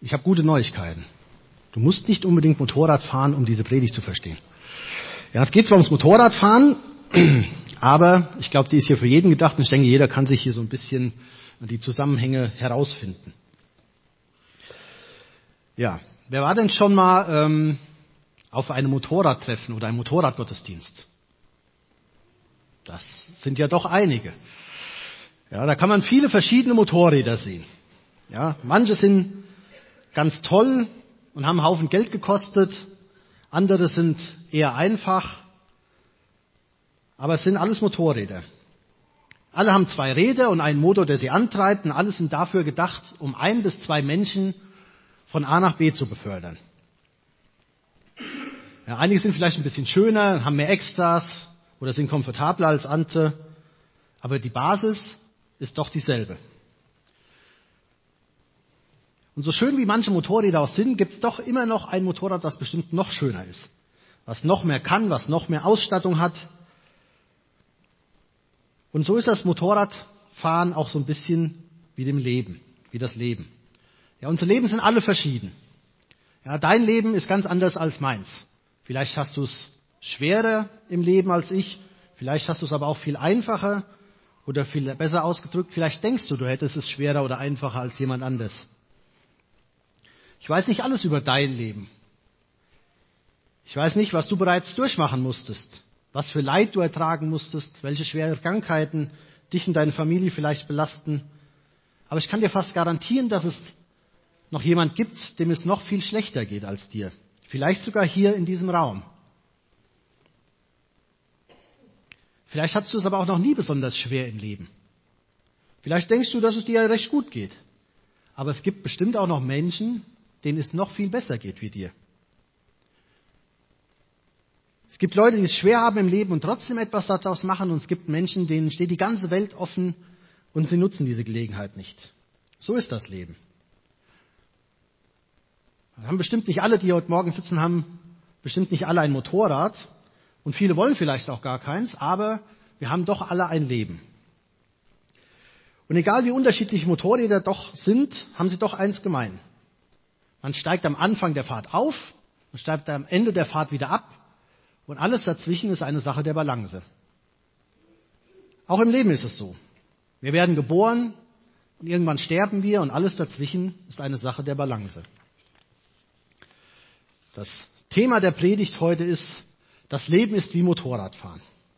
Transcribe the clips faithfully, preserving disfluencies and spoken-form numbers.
Ich habe gute Neuigkeiten. Du musst nicht unbedingt Motorrad fahren, um diese Predigt zu verstehen. Ja, es geht zwar ums Motorradfahren, aber ich glaube, die ist hier für jeden gedacht und ich denke, jeder kann sich hier so ein bisschen die Zusammenhänge herausfinden. Ja, wer war denn schon mal ähm, auf einem Motorradtreffen oder einem Motorradgottesdienst? Das sind ja doch einige. Ja, da kann man viele verschiedene Motorräder sehen. Ja, manche sind ganz toll und haben einen Haufen Geld gekostet. Andere sind eher einfach. Aber es sind alles Motorräder. Alle haben zwei Räder und einen Motor, der sie antreibt. Und alle sind dafür gedacht, um ein bis zwei Menschen von A nach B zu befördern. Ja, einige sind vielleicht ein bisschen schöner, haben mehr Extras oder sind komfortabler als andere. Aber die Basis ist doch dieselbe. Und so schön wie manche Motorräder auch sind, gibt es doch immer noch ein Motorrad, das bestimmt noch schöner ist. Was noch mehr kann, was noch mehr Ausstattung hat. Und so ist das Motorradfahren auch so ein bisschen wie dem Leben, wie das Leben. Ja, unsere Leben sind alle verschieden. Ja, dein Leben ist ganz anders als meins. Vielleicht hast du es schwerer im Leben als ich. Vielleicht hast du es aber auch viel einfacher oder viel besser ausgedrückt. Vielleicht denkst du, du hättest es schwerer oder einfacher als jemand anders. Ich weiß nicht alles über dein Leben. Ich weiß nicht, was du bereits durchmachen musstest, was für Leid du ertragen musstest, welche schwere Krankheiten dich und deine Familie vielleicht belasten. Aber ich kann dir fast garantieren, dass es noch jemand gibt, dem es noch viel schlechter geht als dir. Vielleicht sogar hier in diesem Raum. Vielleicht hast du es aber auch noch nie besonders schwer im Leben. Vielleicht denkst du, dass es dir ja recht gut geht. Aber es gibt bestimmt auch noch Menschen, denen es noch viel besser geht wie dir. Es gibt Leute, die es schwer haben im Leben und trotzdem etwas daraus machen. Und es gibt Menschen, denen steht die ganze Welt offen und sie nutzen diese Gelegenheit nicht. So ist das Leben. Wir haben bestimmt nicht alle, die heute Morgen sitzen, haben bestimmt nicht alle ein Motorrad. Und viele wollen vielleicht auch gar keins, aber wir haben doch alle ein Leben. Und egal wie unterschiedlich Motorräder doch sind, haben sie doch eins gemein. Man steigt am Anfang der Fahrt auf und steigt am Ende der Fahrt wieder ab. Und alles dazwischen ist eine Sache der Balance. Auch im Leben ist es so. Wir werden geboren und irgendwann sterben wir und alles dazwischen ist eine Sache der Balance. Das Thema der Predigt heute ist, das Leben ist wie Motorradfahren.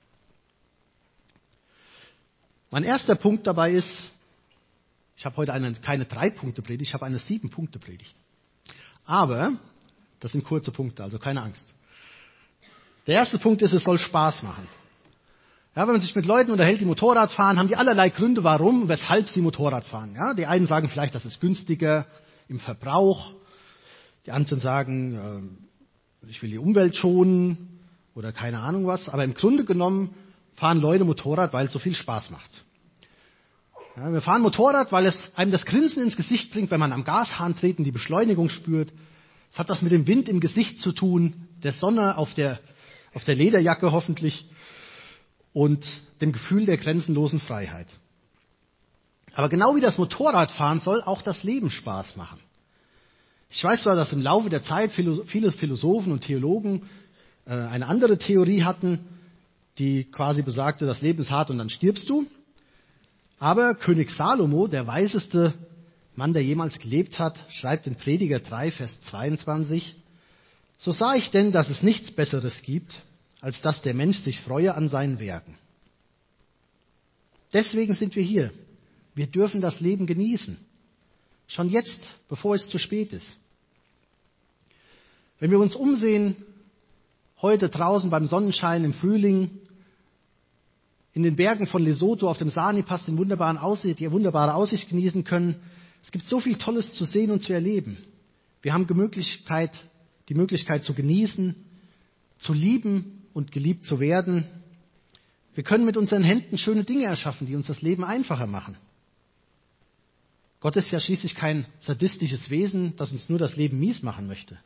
Mein erster Punkt dabei ist, ich habe heute eine, keine Drei-Punkte-Predigt, ich habe eine Sieben-Punkte-Predigt. Aber das sind kurze Punkte, also keine Angst. Der erste Punkt ist, es soll Spaß machen. Ja, wenn man sich mit Leuten unterhält, die Motorrad fahren, haben die allerlei Gründe, warum, weshalb sie Motorrad fahren. Ja, die einen sagen vielleicht, das ist günstiger im Verbrauch. Die anderen sagen, äh, ich will die Umwelt schonen oder keine Ahnung was. Aber im Grunde genommen fahren Leute Motorrad, weil es so viel Spaß macht. Ja, wir fahren Motorrad, weil es einem das Grinsen ins Gesicht bringt, wenn man am Gashahn treten die Beschleunigung spürt. Es hat was mit dem Wind im Gesicht zu tun, der Sonne auf der, auf der Lederjacke hoffentlich und dem Gefühl der grenzenlosen Freiheit. Aber genau wie das Motorradfahren soll auch das Leben Spaß machen. Ich weiß zwar, dass im Laufe der Zeit viele Philosophen und Theologen äh, eine andere Theorie hatten, die quasi besagte, das Leben ist hart und dann stirbst du. Aber König Salomo, der weiseste Mann, der jemals gelebt hat, schreibt in Prediger drei, Vers zweiundzwanzig, so sah ich denn, dass es nichts Besseres gibt, als dass der Mensch sich freue an seinen Werken. Deswegen sind wir hier. Wir dürfen das Leben genießen. Schon jetzt, bevor es zu spät ist. Wenn wir uns umsehen, heute draußen beim Sonnenschein im Frühling, in den Bergen von Lesotho auf dem Sani-Pass den wunderbaren Aussicht, die wunderbare Aussicht genießen können. Es gibt so viel Tolles zu sehen und zu erleben. Wir haben die Möglichkeit, die Möglichkeit zu genießen, zu lieben und geliebt zu werden. Wir können mit unseren Händen schöne Dinge erschaffen, die uns das Leben einfacher machen. Gott ist ja schließlich kein sadistisches Wesen, das uns nur das Leben mies machen möchte.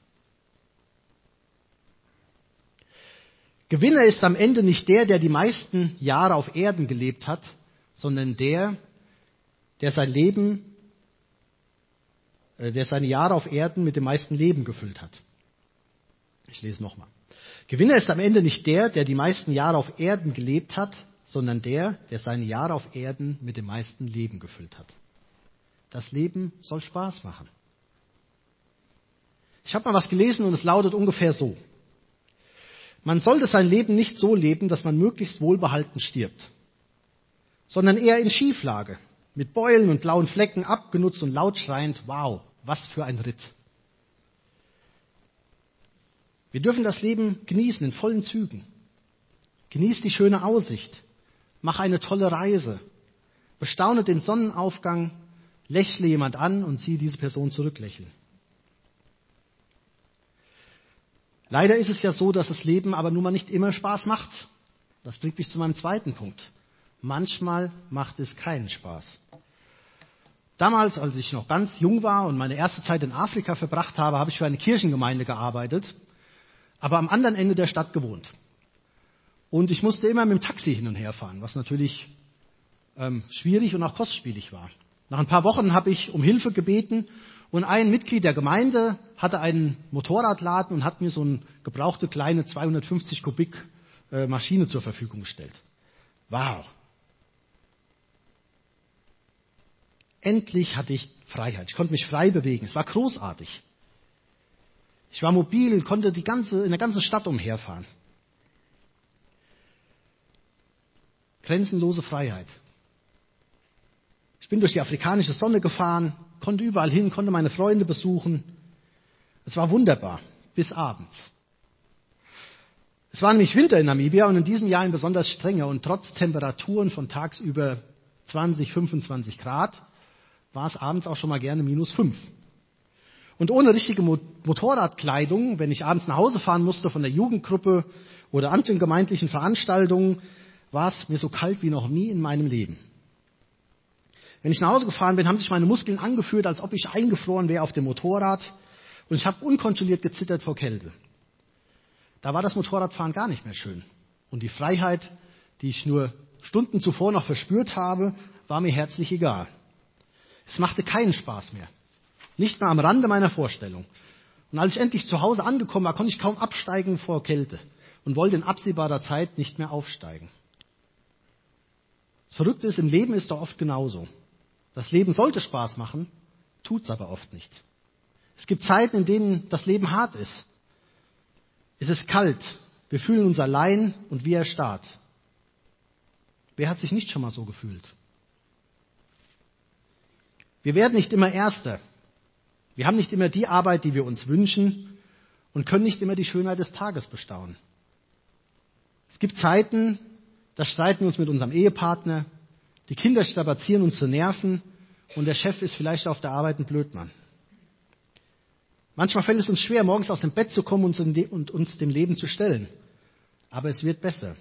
Gewinner ist am Ende nicht der, der die meisten Jahre auf Erden gelebt hat, sondern der, der sein Leben äh, der seine Jahre auf Erden mit dem meisten Leben gefüllt hat. Ich lese nochmal. Gewinner ist am Ende nicht der, der die meisten Jahre auf Erden gelebt hat, sondern der, der seine Jahre auf Erden mit dem meisten Leben gefüllt hat. Das Leben soll Spaß machen. Ich habe mal was gelesen und es lautet ungefähr so. Man sollte sein Leben nicht so leben, dass man möglichst wohlbehalten stirbt, sondern eher in Schieflage, mit Beulen und blauen Flecken, abgenutzt und laut schreiend, wow, was für ein Ritt. Wir dürfen das Leben genießen in vollen Zügen. Genieß die schöne Aussicht. Mach eine tolle Reise. Bestaune den Sonnenaufgang. Lächle jemand an und sieh diese Person zurücklächeln. Leider ist es ja so, dass das Leben aber nun mal nicht immer Spaß macht. Das bringt mich zu meinem zweiten Punkt. Manchmal macht es keinen Spaß. Damals, als ich noch ganz jung war und meine erste Zeit in Afrika verbracht habe, habe ich für eine Kirchengemeinde gearbeitet, aber am anderen Ende der Stadt gewohnt. Und ich musste immer mit dem Taxi hin und her fahren, was natürlich ähm, schwierig und auch kostspielig war. Nach ein paar Wochen habe ich um Hilfe gebeten und ein Mitglied der Gemeinde hatte einen Motorradladen und hat mir so eine gebrauchte kleine zweihundertfünfzig Kubik äh, Maschine zur Verfügung gestellt. Wow! Endlich hatte ich Freiheit. Ich konnte mich frei bewegen. Es war großartig. Ich war mobil, konnte die ganze, in der ganzen Stadt umherfahren. Grenzenlose Freiheit. Ich bin durch die afrikanische Sonne gefahren, konnte überall hin, konnte meine Freunde besuchen. Es war wunderbar, bis abends. Es war nämlich Winter in Namibia und in diesem Jahr ein besonders strenger und trotz Temperaturen von tagsüber zwanzig, fünfundzwanzig Grad war es abends auch schon mal gerne minus fünf. Und ohne richtige Motorradkleidung, wenn ich abends nach Hause fahren musste von der Jugendgruppe oder anderen gemeindlichen Veranstaltungen, war es mir so kalt wie noch nie in meinem Leben. Wenn ich nach Hause gefahren bin, haben sich meine Muskeln angefühlt, als ob ich eingefroren wäre auf dem Motorrad und ich habe unkontrolliert gezittert vor Kälte. Da war das Motorradfahren gar nicht mehr schön. Und die Freiheit, die ich nur Stunden zuvor noch verspürt habe, war mir herzlich egal. Es machte keinen Spaß mehr. Nicht mehr am Rande meiner Vorstellung. Und als ich endlich zu Hause angekommen war, konnte ich kaum absteigen vor Kälte und wollte in absehbarer Zeit nicht mehr aufsteigen. Das Verrückte ist, im Leben ist doch oft genauso. Das Leben sollte Spaß machen, tut's aber oft nicht. Es gibt Zeiten, in denen das Leben hart ist. Es ist kalt, wir fühlen uns allein und wie erstarrt. Wer hat sich nicht schon mal so gefühlt? Wir werden nicht immer Erster. Wir haben nicht immer die Arbeit, die wir uns wünschen und können nicht immer die Schönheit des Tages bestaunen. Es gibt Zeiten, da streiten wir uns mit unserem Ehepartner, die Kinder strapazieren uns zu Nerven und der Chef ist vielleicht auf der Arbeit ein Blödmann. Manchmal fällt es uns schwer, morgens aus dem Bett zu kommen und uns dem Leben zu stellen. Aber es wird besser.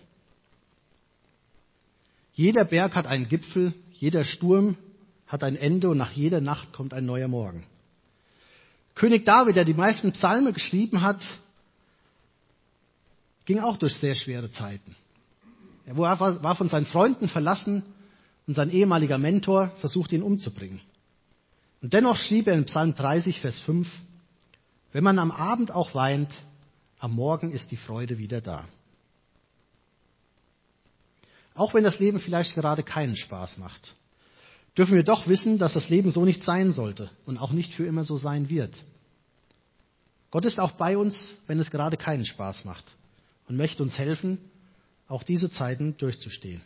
Jeder Berg hat einen Gipfel, jeder Sturm hat ein Ende und nach jeder Nacht kommt ein neuer Morgen. König David, der die meisten Psalme geschrieben hat, ging auch durch sehr schwere Zeiten. Er war von seinen Freunden verlassen und sein ehemaliger Mentor versuchte ihn umzubringen. Und dennoch schrieb er in Psalm dreißig, Vers fünf, wenn man am Abend auch weint, am Morgen ist die Freude wieder da. Auch wenn das Leben vielleicht gerade keinen Spaß macht, dürfen wir doch wissen, dass das Leben so nicht sein sollte und auch nicht für immer so sein wird. Gott ist auch bei uns, wenn es gerade keinen Spaß macht und möchte uns helfen, auch diese Zeiten durchzustehen.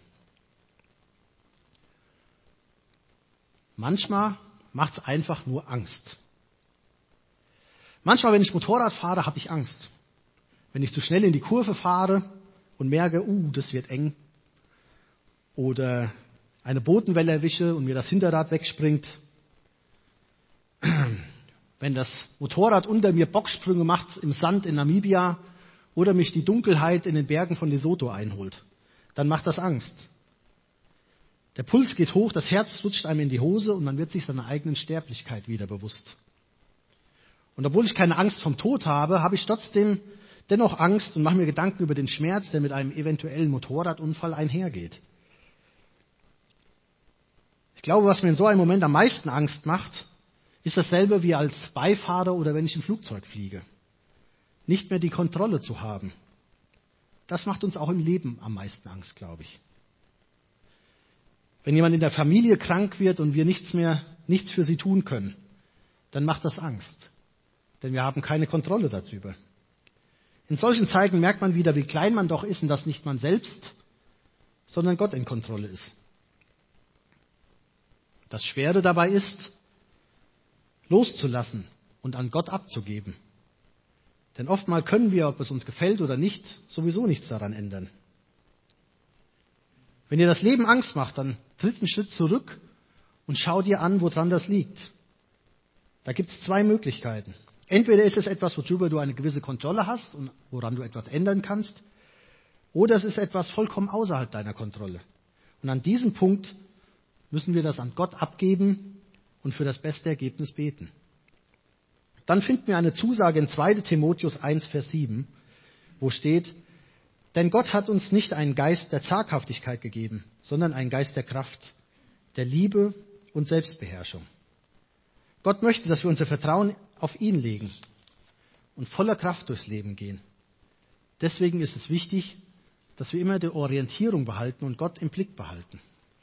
Manchmal macht es einfach nur Angst. Manchmal, wenn ich Motorrad fahre, habe ich Angst. Wenn ich zu schnell in die Kurve fahre und merke, uh, das wird eng. Oder eine Bodenwelle erwische und mir das Hinterrad wegspringt. Wenn das Motorrad unter mir Bocksprünge macht im Sand in Namibia oder mich die Dunkelheit in den Bergen von Lesotho einholt, dann macht das Angst. Der Puls geht hoch, das Herz rutscht einem in die Hose und man wird sich seiner eigenen Sterblichkeit wieder bewusst. Und obwohl ich keine Angst vom Tod habe, habe ich trotzdem dennoch Angst und mache mir Gedanken über den Schmerz, der mit einem eventuellen Motorradunfall einhergeht. Ich glaube, was mir in so einem Moment am meisten Angst macht, ist dasselbe wie als Beifahrer oder wenn ich im Flugzeug fliege. Nicht mehr die Kontrolle zu haben. Das macht uns auch im Leben am meisten Angst, glaube ich. Wenn jemand in der Familie krank wird und wir nichts mehr, nichts für sie tun können, dann macht das Angst. Denn wir haben keine Kontrolle darüber. In solchen Zeiten merkt man wieder, wie klein man doch ist und dass nicht man selbst, sondern Gott in Kontrolle ist. Das Schwere dabei ist, loszulassen und an Gott abzugeben. Denn oftmals können wir, ob es uns gefällt oder nicht, sowieso nichts daran ändern. Wenn dir das Leben Angst macht, dann tritt einen Schritt zurück und schau dir an, woran das liegt. Da gibt es zwei Möglichkeiten. Entweder ist es etwas, worüber du eine gewisse Kontrolle hast und woran du etwas ändern kannst, oder es ist etwas vollkommen außerhalb deiner Kontrolle. Und an diesem Punkt müssen wir das an Gott abgeben und für das beste Ergebnis beten. Dann finden wir eine Zusage in zweiter Timotheus eins, Vers sieben, wo steht, denn Gott hat uns nicht einen Geist der Zaghaftigkeit gegeben, sondern einen Geist der Kraft, der Liebe und Selbstbeherrschung. Gott möchte, dass wir unser Vertrauen auf ihn legen und voller Kraft durchs Leben gehen. Deswegen ist es wichtig, dass wir immer die Orientierung behalten und Gott im Blick behalten.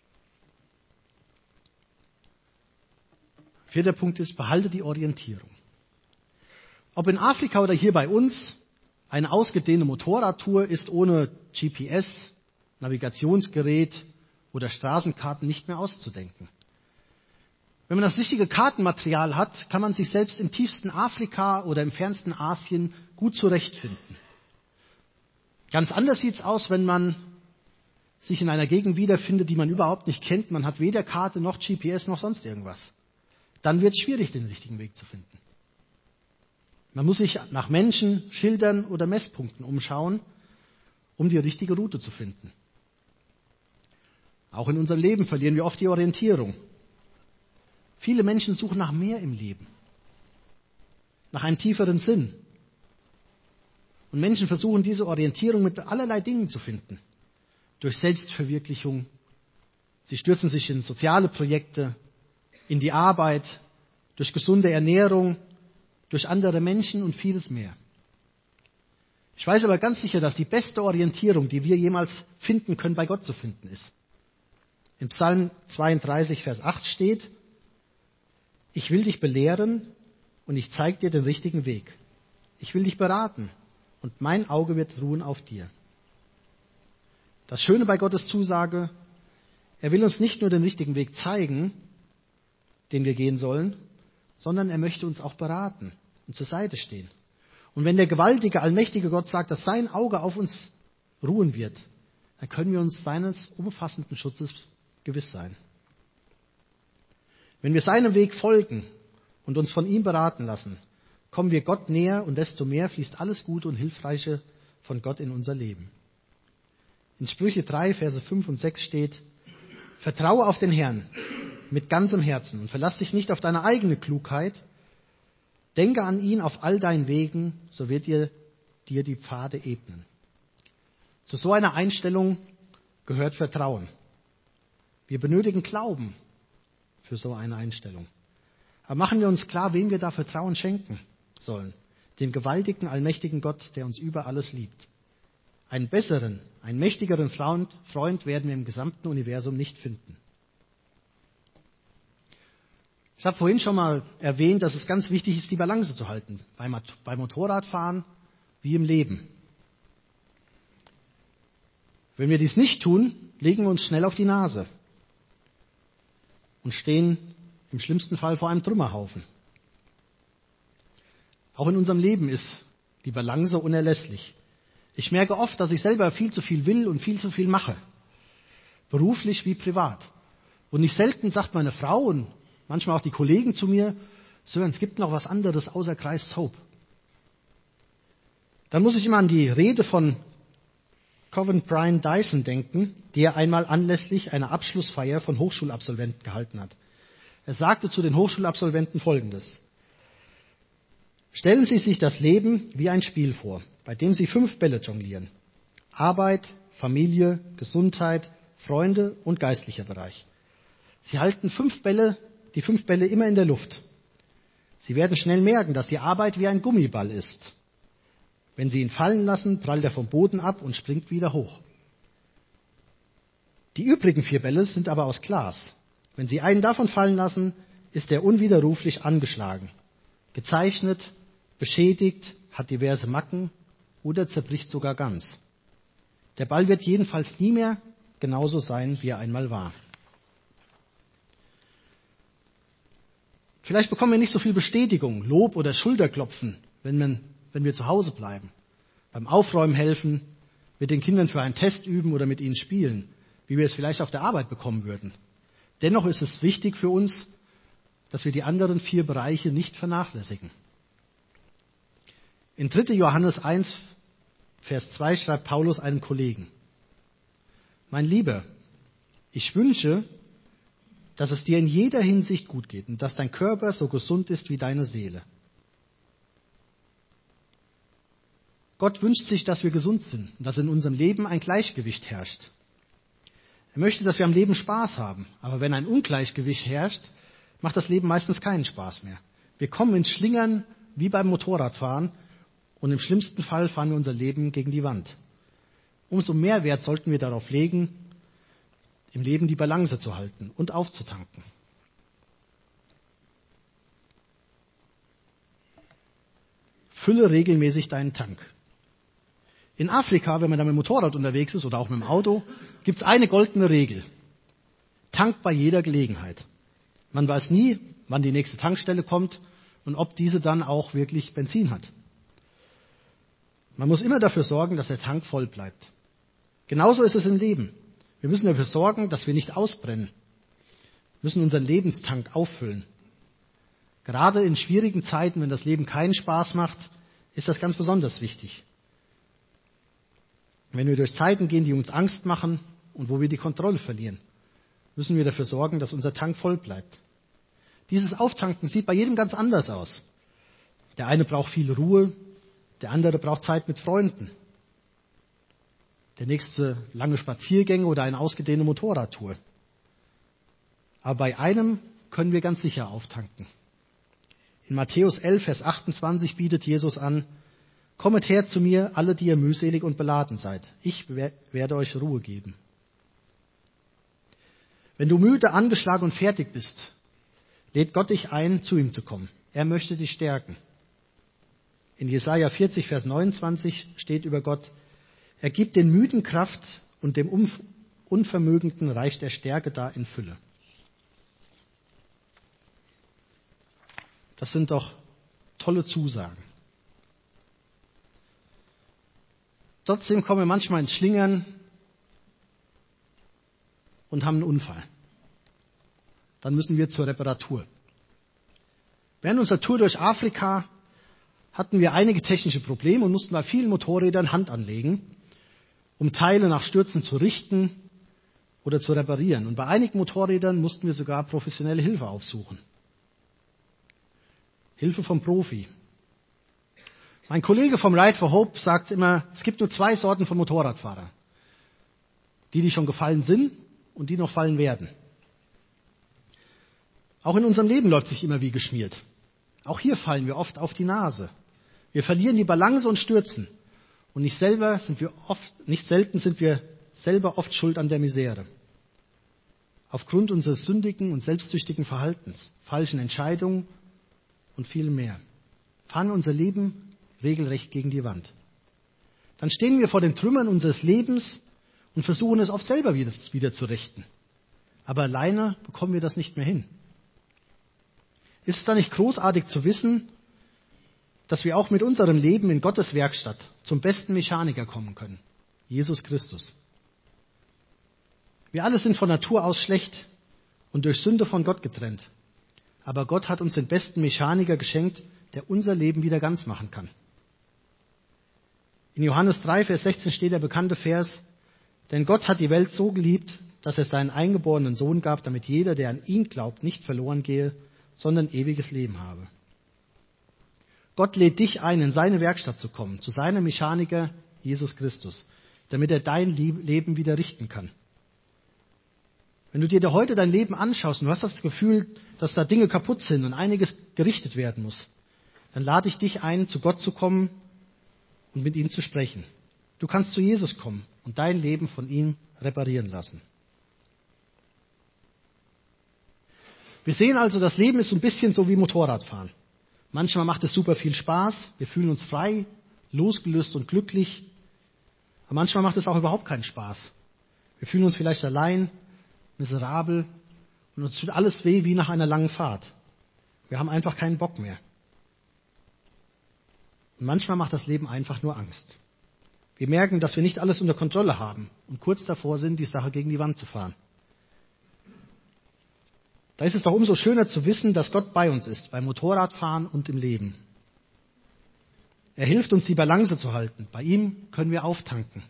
Vierter Punkt ist, behalte die Orientierung. Ob in Afrika oder hier bei uns, eine ausgedehnte Motorradtour ist ohne G P S, Navigationsgerät oder Straßenkarten nicht mehr auszudenken. Wenn man das richtige Kartenmaterial hat, kann man sich selbst im tiefsten Afrika oder im fernsten Asien gut zurechtfinden. Ganz anders sieht es aus, wenn man sich in einer Gegend wiederfindet, die man überhaupt nicht kennt. Man hat weder Karte noch G P S noch sonst irgendwas. Dann wird es schwierig, den richtigen Weg zu finden. Man muss sich nach Menschen, Schildern oder Messpunkten umschauen, um die richtige Route zu finden. Auch in unserem Leben verlieren wir oft die Orientierung. Viele Menschen suchen nach mehr im Leben, nach einem tieferen Sinn. Und Menschen versuchen, diese Orientierung mit allerlei Dingen zu finden. Durch Selbstverwirklichung. Sie stürzen sich in soziale Projekte, in die Arbeit, durch gesunde Ernährung, durch andere Menschen und vieles mehr. Ich weiß aber ganz sicher, dass die beste Orientierung, die wir jemals finden können, bei Gott zu finden ist. In Psalm zweiunddreißig, Vers acht steht, ich will dich belehren und ich zeige dir den richtigen Weg. Ich will dich beraten und mein Auge wird ruhen auf dir. Das Schöne bei Gottes Zusage, er will uns nicht nur den richtigen Weg zeigen, den wir gehen sollen, sondern er möchte uns auch beraten und zur Seite stehen. Und wenn der gewaltige, allmächtige Gott sagt, dass sein Auge auf uns ruhen wird, dann können wir uns seines umfassenden Schutzes gewiss sein. Wenn wir seinem Weg folgen und uns von ihm beraten lassen, kommen wir Gott näher und desto mehr fließt alles Gute und Hilfreiche von Gott in unser Leben. In Sprüche drei, Verse fünf und sechs steht, vertraue auf den Herrn mit ganzem Herzen und verlass dich nicht auf deine eigene Klugheit. Denke an ihn auf all deinen Wegen, so wird er dir die Pfade ebnen. Zu so einer Einstellung gehört Vertrauen. Wir benötigen Glauben für so eine Einstellung. Aber machen wir uns klar, wem wir da Vertrauen schenken sollen. Dem gewaltigen, allmächtigen Gott, der uns über alles liebt. Einen besseren, einen mächtigeren Freund, Freund werden wir im gesamten Universum nicht finden. Ich habe vorhin schon mal erwähnt, dass es ganz wichtig ist, die Balance zu halten. Beim, beim Motorradfahren wie im Leben. Wenn wir dies nicht tun, legen wir uns schnell auf die Nase und stehen im schlimmsten Fall vor einem Trümmerhaufen. Auch in unserem Leben ist die Balance unerlässlich. Ich merke oft, dass ich selber viel zu viel will und viel zu viel mache. Beruflich wie privat. Und nicht selten sagt meine Frau und manchmal auch die Kollegen zu mir, Sören, es gibt noch was anderes außer Christ's Hope. Dann muss ich immer an die Rede von Coven Brian Dyson denken, die er einmal anlässlich einer Abschlussfeier von Hochschulabsolventen gehalten hat. Er sagte zu den Hochschulabsolventen Folgendes. Stellen Sie sich das Leben wie ein Spiel vor, bei dem Sie fünf Bälle jonglieren. Arbeit, Familie, Gesundheit, Freunde und geistlicher Bereich. Sie halten fünf Bälle, die fünf Bälle immer in der Luft. Sie werden schnell merken, dass die Arbeit wie ein Gummiball ist. Wenn Sie ihn fallen lassen, prallt er vom Boden ab und springt wieder hoch. Die übrigen vier Bälle sind aber aus Glas. Wenn Sie einen davon fallen lassen, ist er unwiderruflich angeschlagen, gezeichnet, beschädigt, hat diverse Macken oder zerbricht sogar ganz. Der Ball wird jedenfalls nie mehr genauso sein, wie er einmal war. Vielleicht bekommen wir nicht so viel Bestätigung, Lob oder Schulterklopfen, wenn, man, wenn wir zu Hause bleiben, beim Aufräumen helfen, mit den Kindern für einen Test üben oder mit ihnen spielen, wie wir es vielleicht auf der Arbeit bekommen würden. Dennoch ist es wichtig für uns, dass wir die anderen vier Bereiche nicht vernachlässigen. In dritter Johannes eins, Vers zwei schreibt Paulus einem Kollegen: Mein Lieber, ich wünsche, dass es dir in jeder Hinsicht gut geht und dass dein Körper so gesund ist wie deine Seele. Gott wünscht sich, dass wir gesund sind und dass in unserem Leben ein Gleichgewicht herrscht. Er möchte, dass wir am Leben Spaß haben. Aber wenn ein Ungleichgewicht herrscht, macht das Leben meistens keinen Spaß mehr. Wir kommen ins Schlingern wie beim Motorradfahren und im schlimmsten Fall fahren wir unser Leben gegen die Wand. Umso mehr Wert sollten wir darauf legen, im Leben die Balance zu halten und aufzutanken. Fülle regelmäßig deinen Tank. In Afrika, wenn man da mit dem Motorrad unterwegs ist oder auch mit dem Auto, gibt es eine goldene Regel. Tank bei jeder Gelegenheit. Man weiß nie, wann die nächste Tankstelle kommt und ob diese dann auch wirklich Benzin hat. Man muss immer dafür sorgen, dass der Tank voll bleibt. Genauso ist es im Leben. Wir müssen dafür sorgen, dass wir nicht ausbrennen. Wir müssen unseren Lebenstank auffüllen. Gerade in schwierigen Zeiten, wenn das Leben keinen Spaß macht, ist das ganz besonders wichtig. Wenn wir durch Zeiten gehen, die uns Angst machen und wo wir die Kontrolle verlieren, müssen wir dafür sorgen, dass unser Tank voll bleibt. Dieses Auftanken sieht bei jedem ganz anders aus. Der eine braucht viel Ruhe, der andere braucht Zeit mit Freunden. Der nächste lange Spaziergänge oder eine ausgedehnte Motorradtour. Aber bei einem können wir ganz sicher auftanken. In Matthäus elf, Vers achtundzwanzig bietet Jesus an: Kommet her zu mir, alle, die ihr mühselig und beladen seid. Ich werde euch Ruhe geben. Wenn du müde, angeschlagen und fertig bist, lädt Gott dich ein, zu ihm zu kommen. Er möchte dich stärken. In Jesaja vierzig, Vers neunundzwanzig steht über Gott: Er gibt den Müden Kraft und dem Unvermögenden reicht er Stärke dar in Fülle. Das sind doch tolle Zusagen. Trotzdem kommen wir manchmal ins Schlingern und haben einen Unfall. Dann müssen wir zur Reparatur. Während unserer Tour durch Afrika hatten wir einige technische Probleme und mussten bei vielen Motorrädern Hand anlegen, um Teile nach Stürzen zu richten oder zu reparieren. Und bei einigen Motorrädern mussten wir sogar professionelle Hilfe aufsuchen. Hilfe vom Profi. Mein Kollege vom Ride for Hope sagt immer, es gibt nur zwei Sorten von Motorradfahrern. Die, die schon gefallen sind und die noch fallen werden. Auch in unserem Leben läuft sich immer wie geschmiert. Auch hier fallen wir oft auf die Nase. Wir verlieren die Balance und stürzen. Und nicht, selber sind wir oft, nicht selten sind wir selber oft schuld an der Misere. Aufgrund unseres sündigen und selbstsüchtigen Verhaltens, falschen Entscheidungen und viel mehr. Fahren wir unser Leben regelrecht gegen die Wand. Dann stehen wir vor den Trümmern unseres Lebens und versuchen es oft selber wieder, wieder zu richten. Aber alleine bekommen wir das nicht mehr hin. Ist es da nicht großartig zu wissen, dass wir auch mit unserem Leben in Gottes Werkstatt zum besten Mechaniker kommen können? Jesus Christus. Wir alle sind von Natur aus schlecht und durch Sünde von Gott getrennt. Aber Gott hat uns den besten Mechaniker geschenkt, der unser Leben wieder ganz machen kann. In Johannes drei, Vers sechzehn steht der bekannte Vers: Denn Gott hat die Welt so geliebt, dass er seinen eingeborenen Sohn gab, damit jeder, der an ihn glaubt, nicht verloren gehe, sondern ewiges Leben habe. Gott lädt dich ein, in seine Werkstatt zu kommen, zu seinem Mechaniker Jesus Christus, damit er dein Leben wieder richten kann. Wenn du dir heute dein Leben anschaust und du hast das Gefühl, dass da Dinge kaputt sind und einiges gerichtet werden muss, dann lade ich dich ein, zu Gott zu kommen und mit ihm zu sprechen. Du kannst zu Jesus kommen und dein Leben von ihm reparieren lassen. Wir sehen also, das Leben ist so ein bisschen so wie Motorradfahren. Manchmal macht es super viel Spaß, wir fühlen uns frei, losgelöst und glücklich. Aber manchmal macht es auch überhaupt keinen Spaß. Wir fühlen uns vielleicht allein, miserabel und uns tut alles weh wie nach einer langen Fahrt. Wir haben einfach keinen Bock mehr. Und manchmal macht das Leben einfach nur Angst. Wir merken, dass wir nicht alles unter Kontrolle haben und kurz davor sind, die Sache gegen die Wand zu fahren. Da ist es doch umso schöner zu wissen, dass Gott bei uns ist, beim Motorradfahren und im Leben. Er hilft uns, die Balance zu halten. Bei ihm können wir auftanken.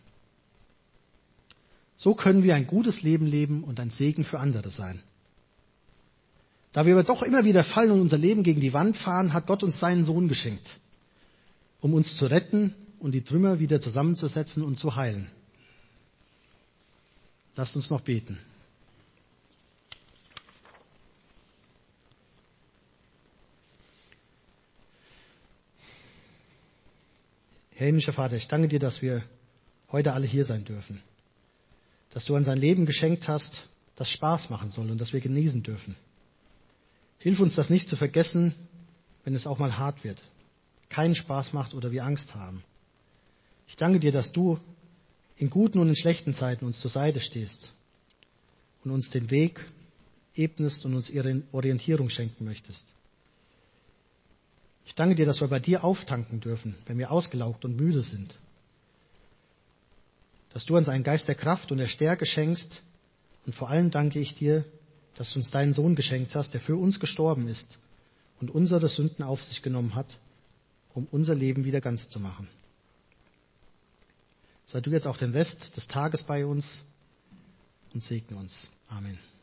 So können wir ein gutes Leben leben und ein Segen für andere sein. Da wir aber doch immer wieder fallen und unser Leben gegen die Wand fahren, hat Gott uns seinen Sohn geschenkt, um uns zu retten und die Trümmer wieder zusammenzusetzen und zu heilen. Lasst uns noch beten. Herr himmlischer Vater, ich danke dir, dass wir heute alle hier sein dürfen. Dass du uns ein Leben geschenkt hast, das Spaß machen soll und das wir genießen dürfen. Hilf uns, das nicht zu vergessen, wenn es auch mal hart wird, keinen Spaß macht oder wir Angst haben. Ich danke dir, dass du in guten und in schlechten Zeiten uns zur Seite stehst und uns den Weg ebnest und uns ihre Orientierung schenken möchtest. Ich danke dir, dass wir bei dir auftanken dürfen, wenn wir ausgelaugt und müde sind. Dass du uns einen Geist der Kraft und der Stärke schenkst. Und vor allem danke ich dir, dass du uns deinen Sohn geschenkt hast, der für uns gestorben ist und unsere Sünden auf sich genommen hat, um unser Leben wieder ganz zu machen. Sei du jetzt auch den Rest des Tages bei uns und segne uns. Amen.